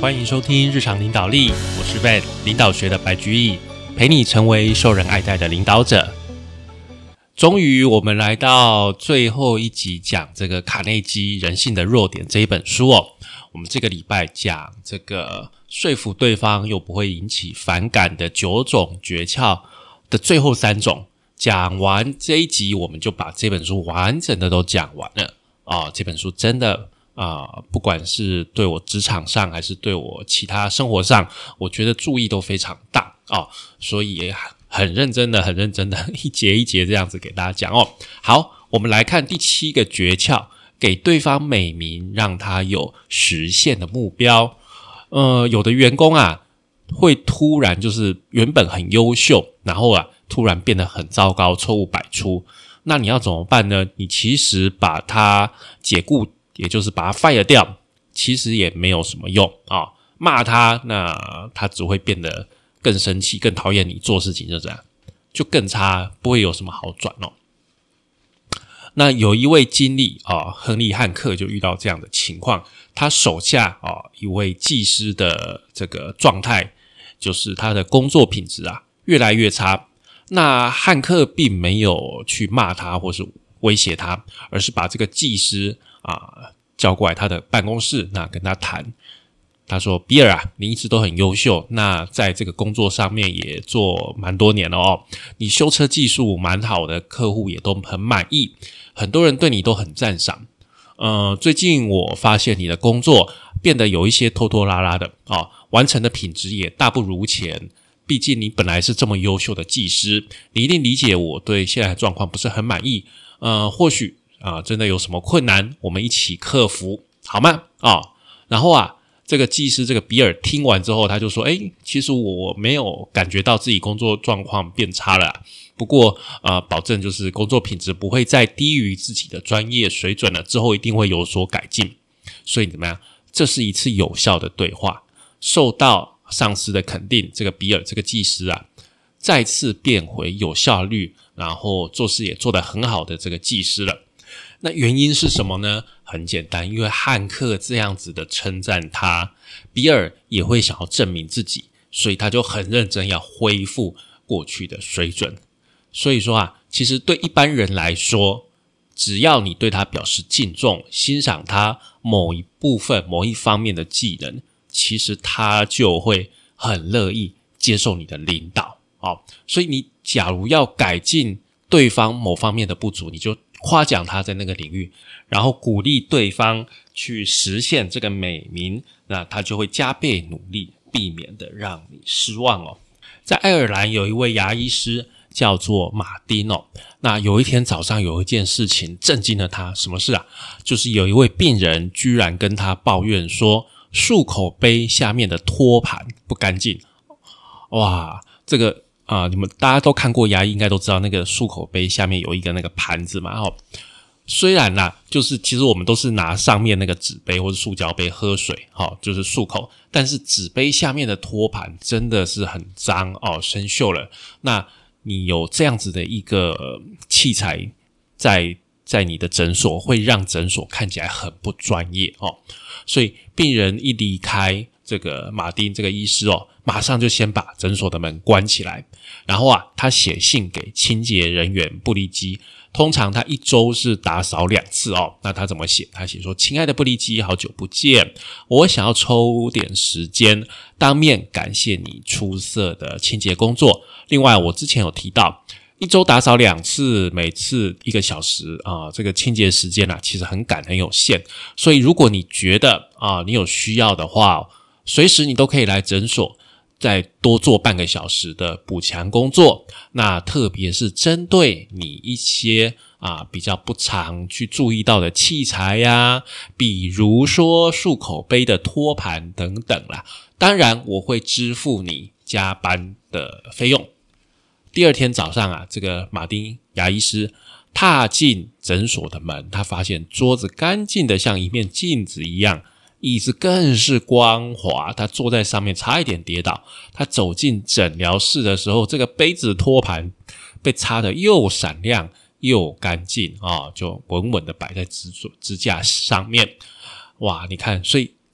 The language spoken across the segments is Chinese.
欢迎收听日常领导力，我是 Ben 领导学的白居易，陪你成为受人爱戴的领导者。终于我们来到最后一集，讲这个卡内基人性的弱点这一本书哦。我们这个礼拜讲这个说服对方又不会引起反感的9种诀窍的最后3种。讲完这一集，我们就把这本书完整的都讲完了这本书真的不管是对我职场上还是对我其他生活上，我觉得注意都非常大所以也很认真的一节一节这样子给大家讲好，我们来看第7个诀窍，给对方美名，让他有实现的目标。有的员工会突然就是原本很优秀，然后突然变得很糟糕，错误百出。那你要怎么办呢？你其实把他解雇，也就是把他 fire 掉，其实也没有什么用骂他，那他只会变得更生气，更讨厌你，做事情就这样，就更差，不会有什么好转那有一位经理亨利汉克就遇到这样的情况，他手下一位技师的这个状态，就是他的工作品质越来越差。那汉克并没有去骂他或是威胁他，而是把这个技师叫过来他的办公室，那跟他谈。他说，比尔你一直都很优秀，那在这个工作上面也做蛮多年了你修车技术蛮好的，客户也都很满意，很多人对你都很赞赏。最近我发现你的工作变得有一些拖拖拉拉的完成的品质也大不如前。毕竟你本来是这么优秀的技师，你一定理解我对现在的状况不是很满意。或许真的有什么困难，我们一起克服好吗？然后这个技师这个比尔听完之后，他就说其实我没有感觉到自己工作状况变差了不过保证就是工作品质不会再低于自己的专业水准了，之后一定会有所改进。所以怎么样？这是一次有效的对话，受到上司的肯定，这个比尔这个技师再次变回有效率，然后做事也做得很好的这个技师了。那原因是什么呢？很简单，因为汉克这样子的称赞他，比尔也会想要证明自己，所以他就很认真要恢复过去的水准。所以说其实对一般人来说，只要你对他表示敬重，欣赏他某一部分某一方面的技能，其实他就会很乐意接受你的领导所以你假如要改进对方某方面的不足，你就夸奖他在那个领域，然后鼓励对方去实现这个美名，那他就会加倍努力，避免的让你失望在爱尔兰有一位牙医师叫做马丁那有一天早上有一件事情震惊了他，什么事就是有一位病人居然跟他抱怨说漱口杯下面的托盘不干净。哇，这个你们大家都看过牙医，应该都知道那个漱口杯下面有一个那个盘子嘛虽然就是其实我们都是拿上面那个纸杯或是塑胶杯喝水就是漱口，但是纸杯下面的托盘真的是很脏生锈了。那你有这样子的一个器材在你的诊所，会让诊所看起来很不专业所以病人一离开这个马丁这个医师马上就先把诊所的门关起来，然后他写信给清洁人员布利基，通常他1周是打扫2次那他怎么写？他写说，亲爱的布利基，好久不见，我想要抽点时间当面感谢你出色的清洁工作。另外我之前有提到1周打扫2次，每次1个小时这个清洁时间其实很赶很有限，所以如果你觉得你有需要的话，随时你都可以来诊所再多做半个小时的补强工作。那特别是针对你一些比较不常去注意到的器材比如说漱口杯的托盘等等啦，当然我会支付你加班的费用。第二天早上这个马丁牙医师踏进诊所的门，他发现桌子干净的像一面镜子一样，椅子更是光滑，他坐在上面差一点跌倒。他走进诊疗室的时候，这个杯子托盘被擦得又闪亮又干净就稳稳的摆在支架上面。哇，你看，所以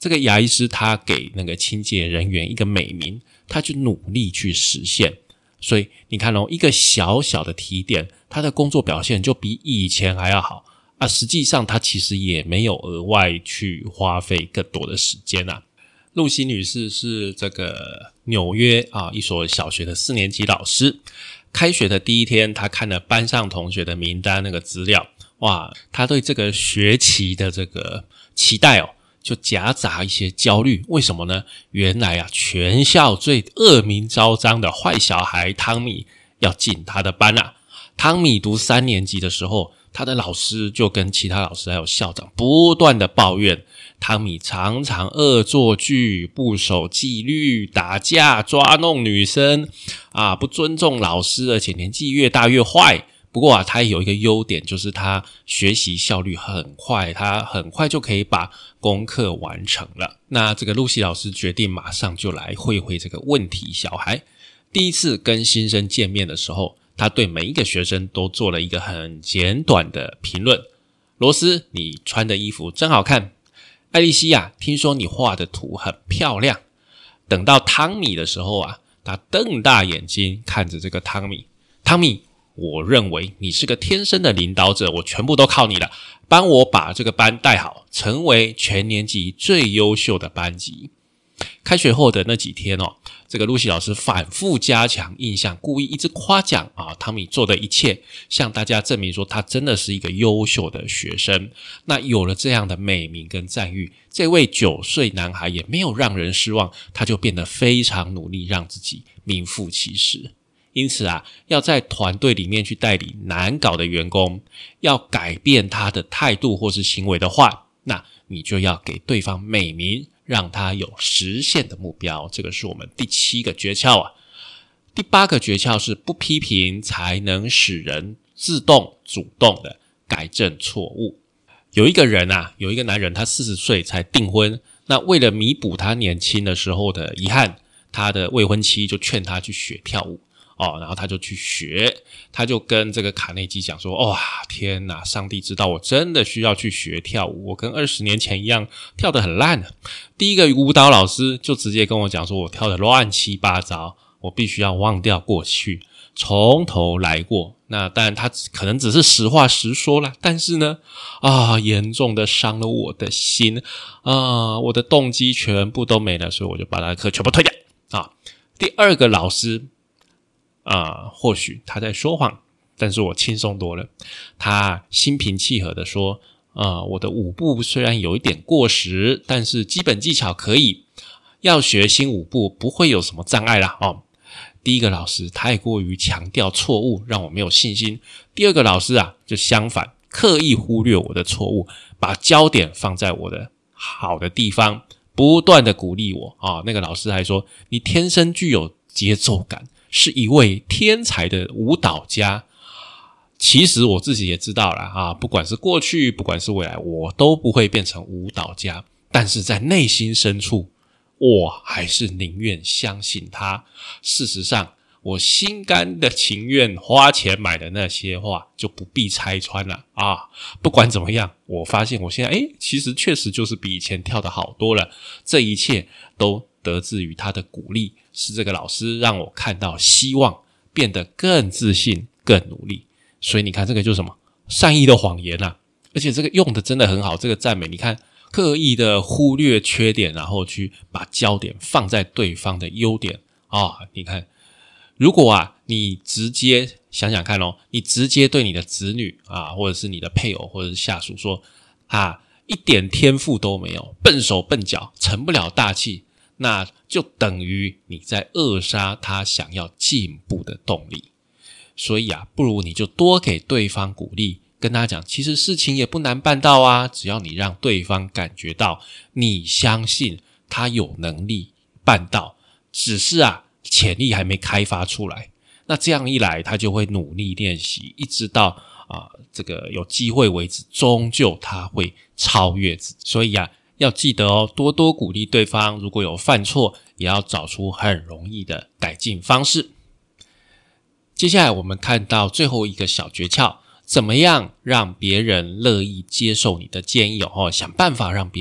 这个牙医师他给那个清洁人员一个美名，他就努力去实现。所以你看一个小小的提点，他的工作表现就比以前还要好啊。实际上他其实也没有额外去花费更多的时间啊。露西女士是这个纽约一所小学的4年级老师。开学的第一天，她看了班上同学的名单那个资料，哇，她对这个学期的这个期待就夹杂一些焦虑。为什么呢？原来全校最恶名昭彰的坏小孩汤米要进他的班啊。汤米读3年级的时候，他的老师就跟其他老师还有校长不断的抱怨，汤米常常恶作剧、不守纪律、打架、抓弄女生不尊重老师，而且年纪越大越坏。不过他也有一个优点，就是他学习效率很快，他很快就可以把功课完成了。那这个露西老师决定马上就来会会这个问题小孩。第一次跟新生见面的时候，他对每一个学生都做了一个很简短的评论。罗斯，你穿的衣服真好看。艾莉西亚，听说你画的图很漂亮。等到汤米的时候他瞪大眼睛看着这个汤米。汤米，我认为你是个天生的领导者，我全部都靠你了，帮我把这个班带好，成为全年级最优秀的班级。开学后的那几天这个露西老师反复加强印象，故意一直夸奖汤米做的一切，向大家证明说他真的是一个优秀的学生。那有了这样的美名跟赞誉，这位9岁男孩也没有让人失望，他就变得非常努力，让自己名副其实。因此要在团队里面去带领难搞的员工，要改变他的态度或是行为的话，那你就要给对方美名，让他有实现的目标。这个是我们第7个诀窍第8个诀窍是不批评才能使人自动主动的改正错误。有一个男人他40岁才订婚，那为了弥补他年轻的时候的遗憾，他的未婚妻就劝他去学跳舞然后他就去学，他就跟这个卡内基讲说，天哪，上帝知道我真的需要去学跳舞，我跟20年前一样跳得很烂第一个舞蹈老师就直接跟我讲说，我跳得乱七八糟，我必须要忘掉过去，从头来过。那当然他可能只是实话实说啦，但是呢严重的伤了我的心我的动机全部都没了，所以我就把他的课全部退掉第2个老师或许他在说谎，但是我轻松多了。他心平气和的说我的舞步虽然有一点过时，但是基本技巧可以，要学新舞步不会有什么障碍啦第一个老师太过于强调错误，让我没有信心。第2个老师就相反，刻意忽略我的错误，把焦点放在我的好的地方，不断的鼓励我那个老师还说，你天生具有节奏感，是一位天才的舞蹈家。其实我自己也知道啦不管是过去不管是未来，我都不会变成舞蹈家，但是在内心深处我还是宁愿相信他。事实上我心甘的情愿花钱买的那些画就不必拆穿了不管怎么样，我发现我现在其实确实就是比以前跳得好多了。这一切都得自于他的鼓励，是这个老师让我看到希望，变得更自信更努力。所以你看这个就是什么？善意的谎言而且这个用的真的很好，这个赞美你看，刻意的忽略缺点，然后去把焦点放在对方的优点你看，如果你直接想想看你直接对你的子女或者是你的配偶或者是下属说一点天赋都没有，笨手笨脚，成不了大器，那就等于你在扼杀他想要进步的动力。所以不如你就多给对方鼓励，跟他讲其实事情也不难办到只要你让对方感觉到你相信他有能力办到，只是潜力还没开发出来。那这样一来他就会努力练习，一直到这个有机会为止，终究他会超越自己。所以要记得多多鼓励对方，如果有犯错也要找出很容易的改进方式。接下来我们看到最后一个小诀窍，怎么样让别人乐意接受你的建议想办法让别人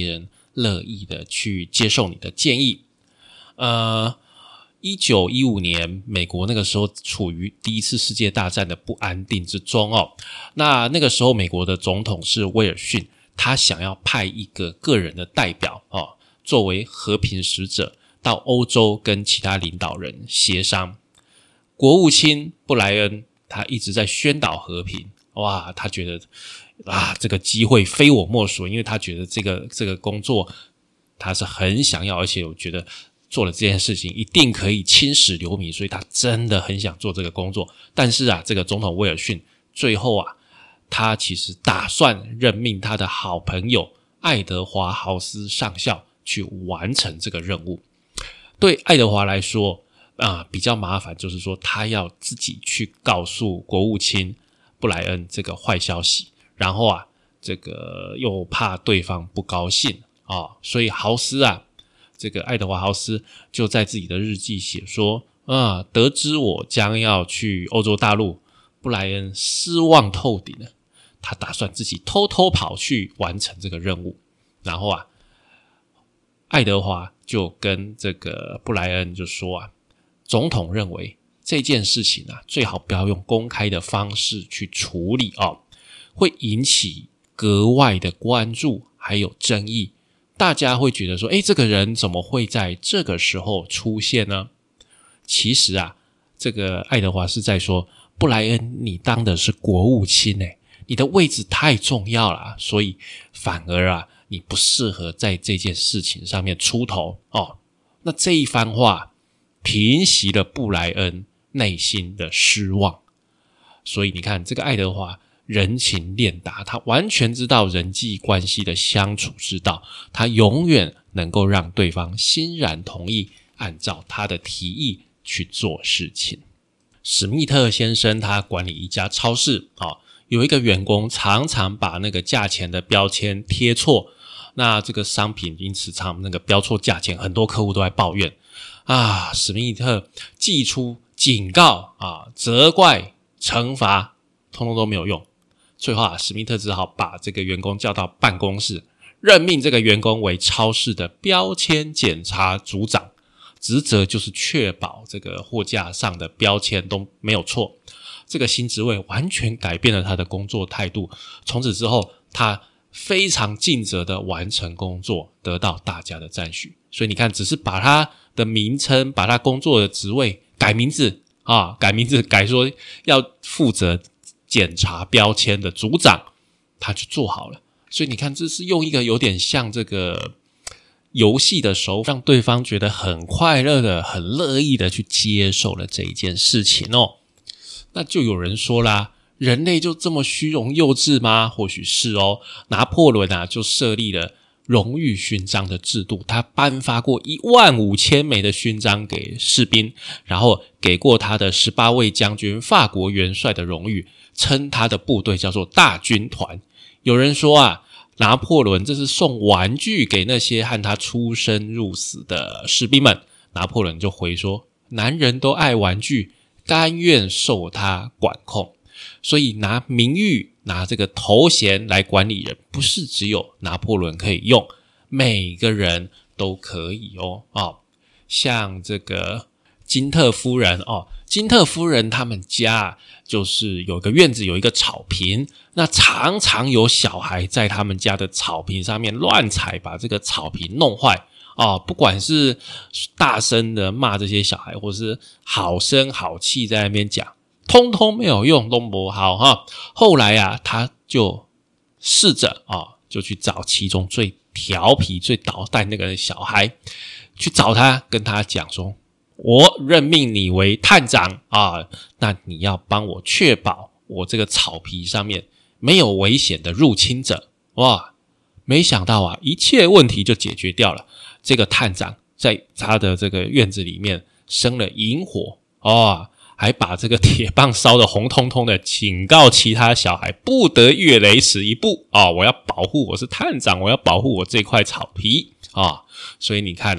乐意的去接受你的建议。1915年美国那个时候处于第一次世界大战的不安定之中那个时候美国的总统是威尔逊，他想要派一个个人的代表作为和平使者到欧洲跟其他领导人协商。国务卿布莱恩他一直在宣导和平，他觉得这个机会非我莫属，因为他觉得这个工作他是很想要，而且我觉得做了这件事情一定可以青史留名，所以他真的很想做这个工作。但是这个总统威尔逊最后他其实打算任命他的好朋友爱德华豪斯上校去完成这个任务。对爱德华来说比较麻烦，就是说他要自己去告诉国务卿布莱恩这个坏消息，然后这个又怕对方不高兴所以豪斯这个爱德华豪斯就在自己的日记写说得知我将要去欧洲大陆，布莱恩失望透顶了，他打算自己偷偷跑去完成这个任务。然后爱德华就跟这个布莱恩就说总统认为这件事情最好不要用公开的方式去处理会引起格外的关注还有争议，大家会觉得说这个人怎么会在这个时候出现呢？其实这个爱德华是在说，布莱恩你当的是国务卿你的位置太重要了，所以反而你不适合在这件事情上面出头那这一番话平息了布莱恩内心的失望。所以你看这个爱德华人情练达，他完全知道人际关系的相处之道，他永远能够让对方欣然同意按照他的提议去做事情。史密特先生他管理一家超市有一个员工常常把那个价钱的标签贴错，那这个商品因此那个标错价钱，很多客户都在抱怨史密特寄出警告责怪惩罚通通都没有用。最后史密特只好把这个员工叫到办公室，任命这个员工为超市的标签检查组长，职责就是确保这个货架上的标签都没有错。这个新职位完全改变了他的工作态度，从此之后他非常尽责的完成工作，得到大家的赞许。所以你看，只是把他的名称，把他工作的职位改名字改说要负责检查标签的组长，他就做好了。所以你看，这是用一个有点像这个游戏的手法，让对方觉得很快乐的、很乐意的去接受了这一件事情那就有人说啦，人类就这么虚荣幼稚吗？或许是拿破仑就设立了荣誉勋章的制度，他颁发过15000枚的勋章给士兵，然后给过他的18位将军法国元帅的荣誉，称他的部队叫做大军团。有人说拿破仑这是送玩具给那些和他出生入死的士兵们，拿破仑就回说，男人都爱玩具，甘愿受他管控。所以拿名誉拿这个头衔来管理人，不是只有拿破仑可以用，每个人都可以像这个金特夫人金特夫人他们家就是有个院子，有一个草坪，那常常有小孩在他们家的草坪上面乱踩，把这个草坪弄坏不管是大声的骂这些小孩，或是好声好气在那边讲，通通没有用，都不好后来他就试着就去找其中最调皮最捣蛋那个小孩，去找他，跟他讲说，我任命你为探长那你要帮我确保我这个草皮上面没有危险的入侵者。没想到一切问题就解决掉了。这个探长在他的这个院子里面生了萤火还把这个铁棒烧得红彤彤的，警告其他小孩不得越雷池一步我要保护，我是探长，我要保护我这块草皮所以你看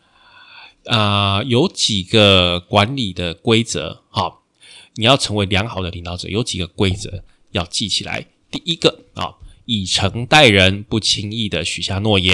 有几个管理的规则你要成为良好的领导者，有几个规则要记起来。第一个以诚待人，不轻易的许下诺言。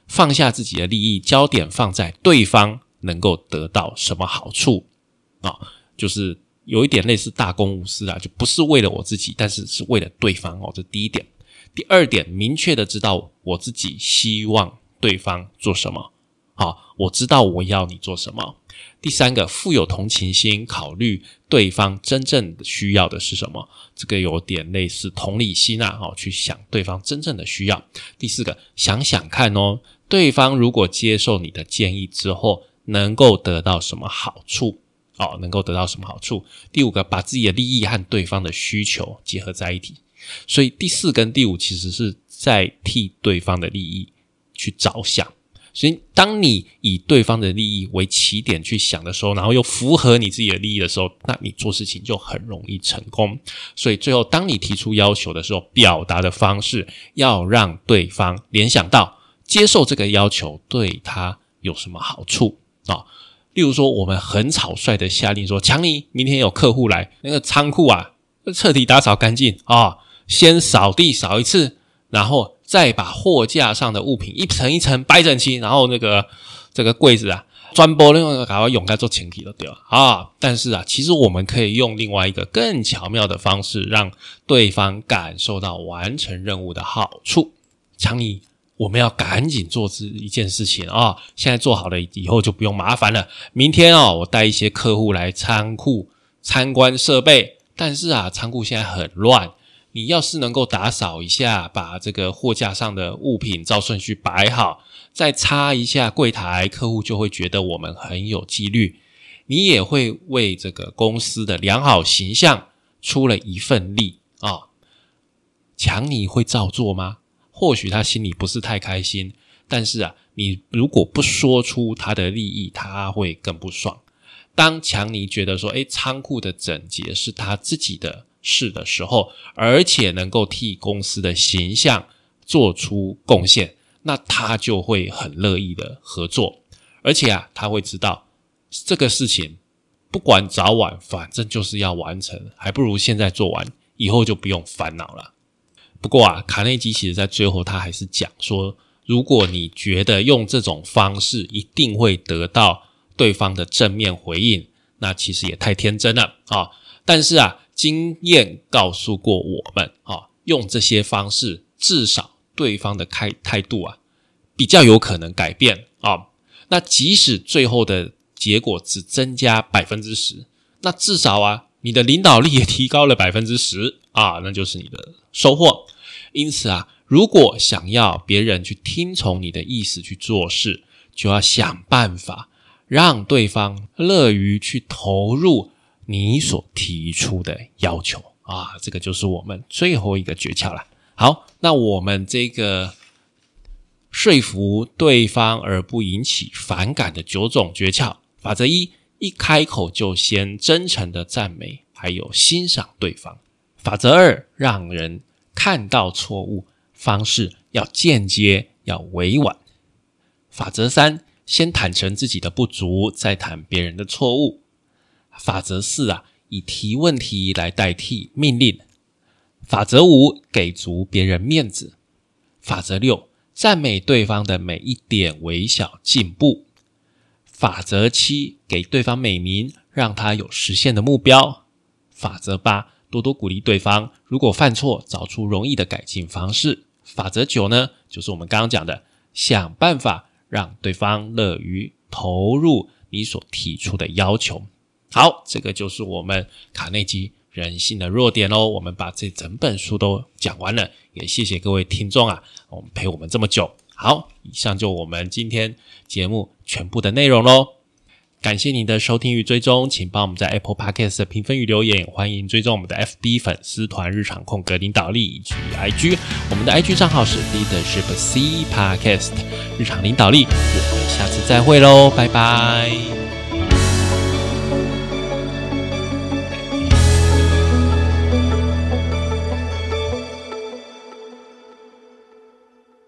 放下自己的利益，焦点放在对方能够得到什么好处就是有一点类似大公无私啦，就不是为了我自己，但是是为了对方这第一点。第二点，明确的知道我自己希望对方做什么我知道我要你做什么。第三个，富有同情心，考虑对方真正需要的是什么，这个有点类似同理心去想对方真正的需要。第四个，想想看对方如果接受你的建议之后能够得到什么好处能够得到什么好处。第五个，把自己的利益和对方的需求结合在一起。所以第四跟第五其实是在替对方的利益去着想。所以当你以对方的利益为起点去想的时候，然后又符合你自己的利益的时候，那你做事情就很容易成功。所以最后当你提出要求的时候，表达的方式要让对方联想到接受这个要求对他有什么好处例如说我们很草率的下令说，强尼明天有客户来，那个仓库彻底打扫干净先扫地扫一次，然后再把货架上的物品一层一层摆整齐，然后这个柜子专播那个赶快用来做清理就对了但是其实我们可以用另外一个更巧妙的方式，让对方感受到完成任务的好处。强尼，我们要赶紧做一件事情现在做好了以后就不用麻烦了。明天我带一些客户来仓库参观设备，但是仓库现在很乱，你要是能够打扫一下，把这个货架上的物品照顺序摆好，再擦一下柜台，客户就会觉得我们很有纪律，你也会为这个公司的良好形象出了一份力强尼会照做吗？或许他心里不是太开心，但是你如果不说出他的利益，他会更不爽。当强尼觉得说仓库的整洁是他自己的事的时候，而且能够替公司的形象做出贡献，那他就会很乐意的合作。而且他会知道这个事情不管早晚反正就是要完成，还不如现在做完，以后就不用烦恼了。不过卡内基其实在最后他还是讲说，如果你觉得用这种方式一定会得到对方的正面回应，那其实也太天真了但是经验告诉过我们用这些方式至少对方的态度比较有可能改变那即使最后的结果只增加 10%， 那至少你的领导力也提高了 10% 那就是你的收获。因此如果想要别人去听从你的意思去做事，就要想办法让对方乐于去投入你所提出的要求这个就是我们最后一个诀窍了。好，那我们这个说服对方而不引起反感的9种诀窍。法则一开口就先真诚的赞美还有欣赏对方。法则二，让人看到错误，方式要间接要委婉。法则三，先坦诚自己的不足，再谈别人的错误。法则四以提问题来代替命令。法则五，给足别人面子。法则六，赞美对方的每一点微小进步。法则七，给对方美名，让他有实现的目标。法则八，多多鼓励对方，如果犯错，找出容易的改进方式。法则九呢，就是我们刚刚讲的，想办法让对方乐于投入你所提出的要求。好，这个就是我们卡内基人性的弱点我们把这整本书都讲完了，也谢谢各位听众陪我们这么久。好，以上就我们今天节目全部的内容咯。感谢您的收听与追踪，请帮我们在 Apple Podcast 的评分与留言，欢迎追踪我们的 FB 粉丝团日常空格领导力以及 IG， 我们的 IG 账号是 Leadership C Podcast 日常领导力。我们下次再会咯，拜拜。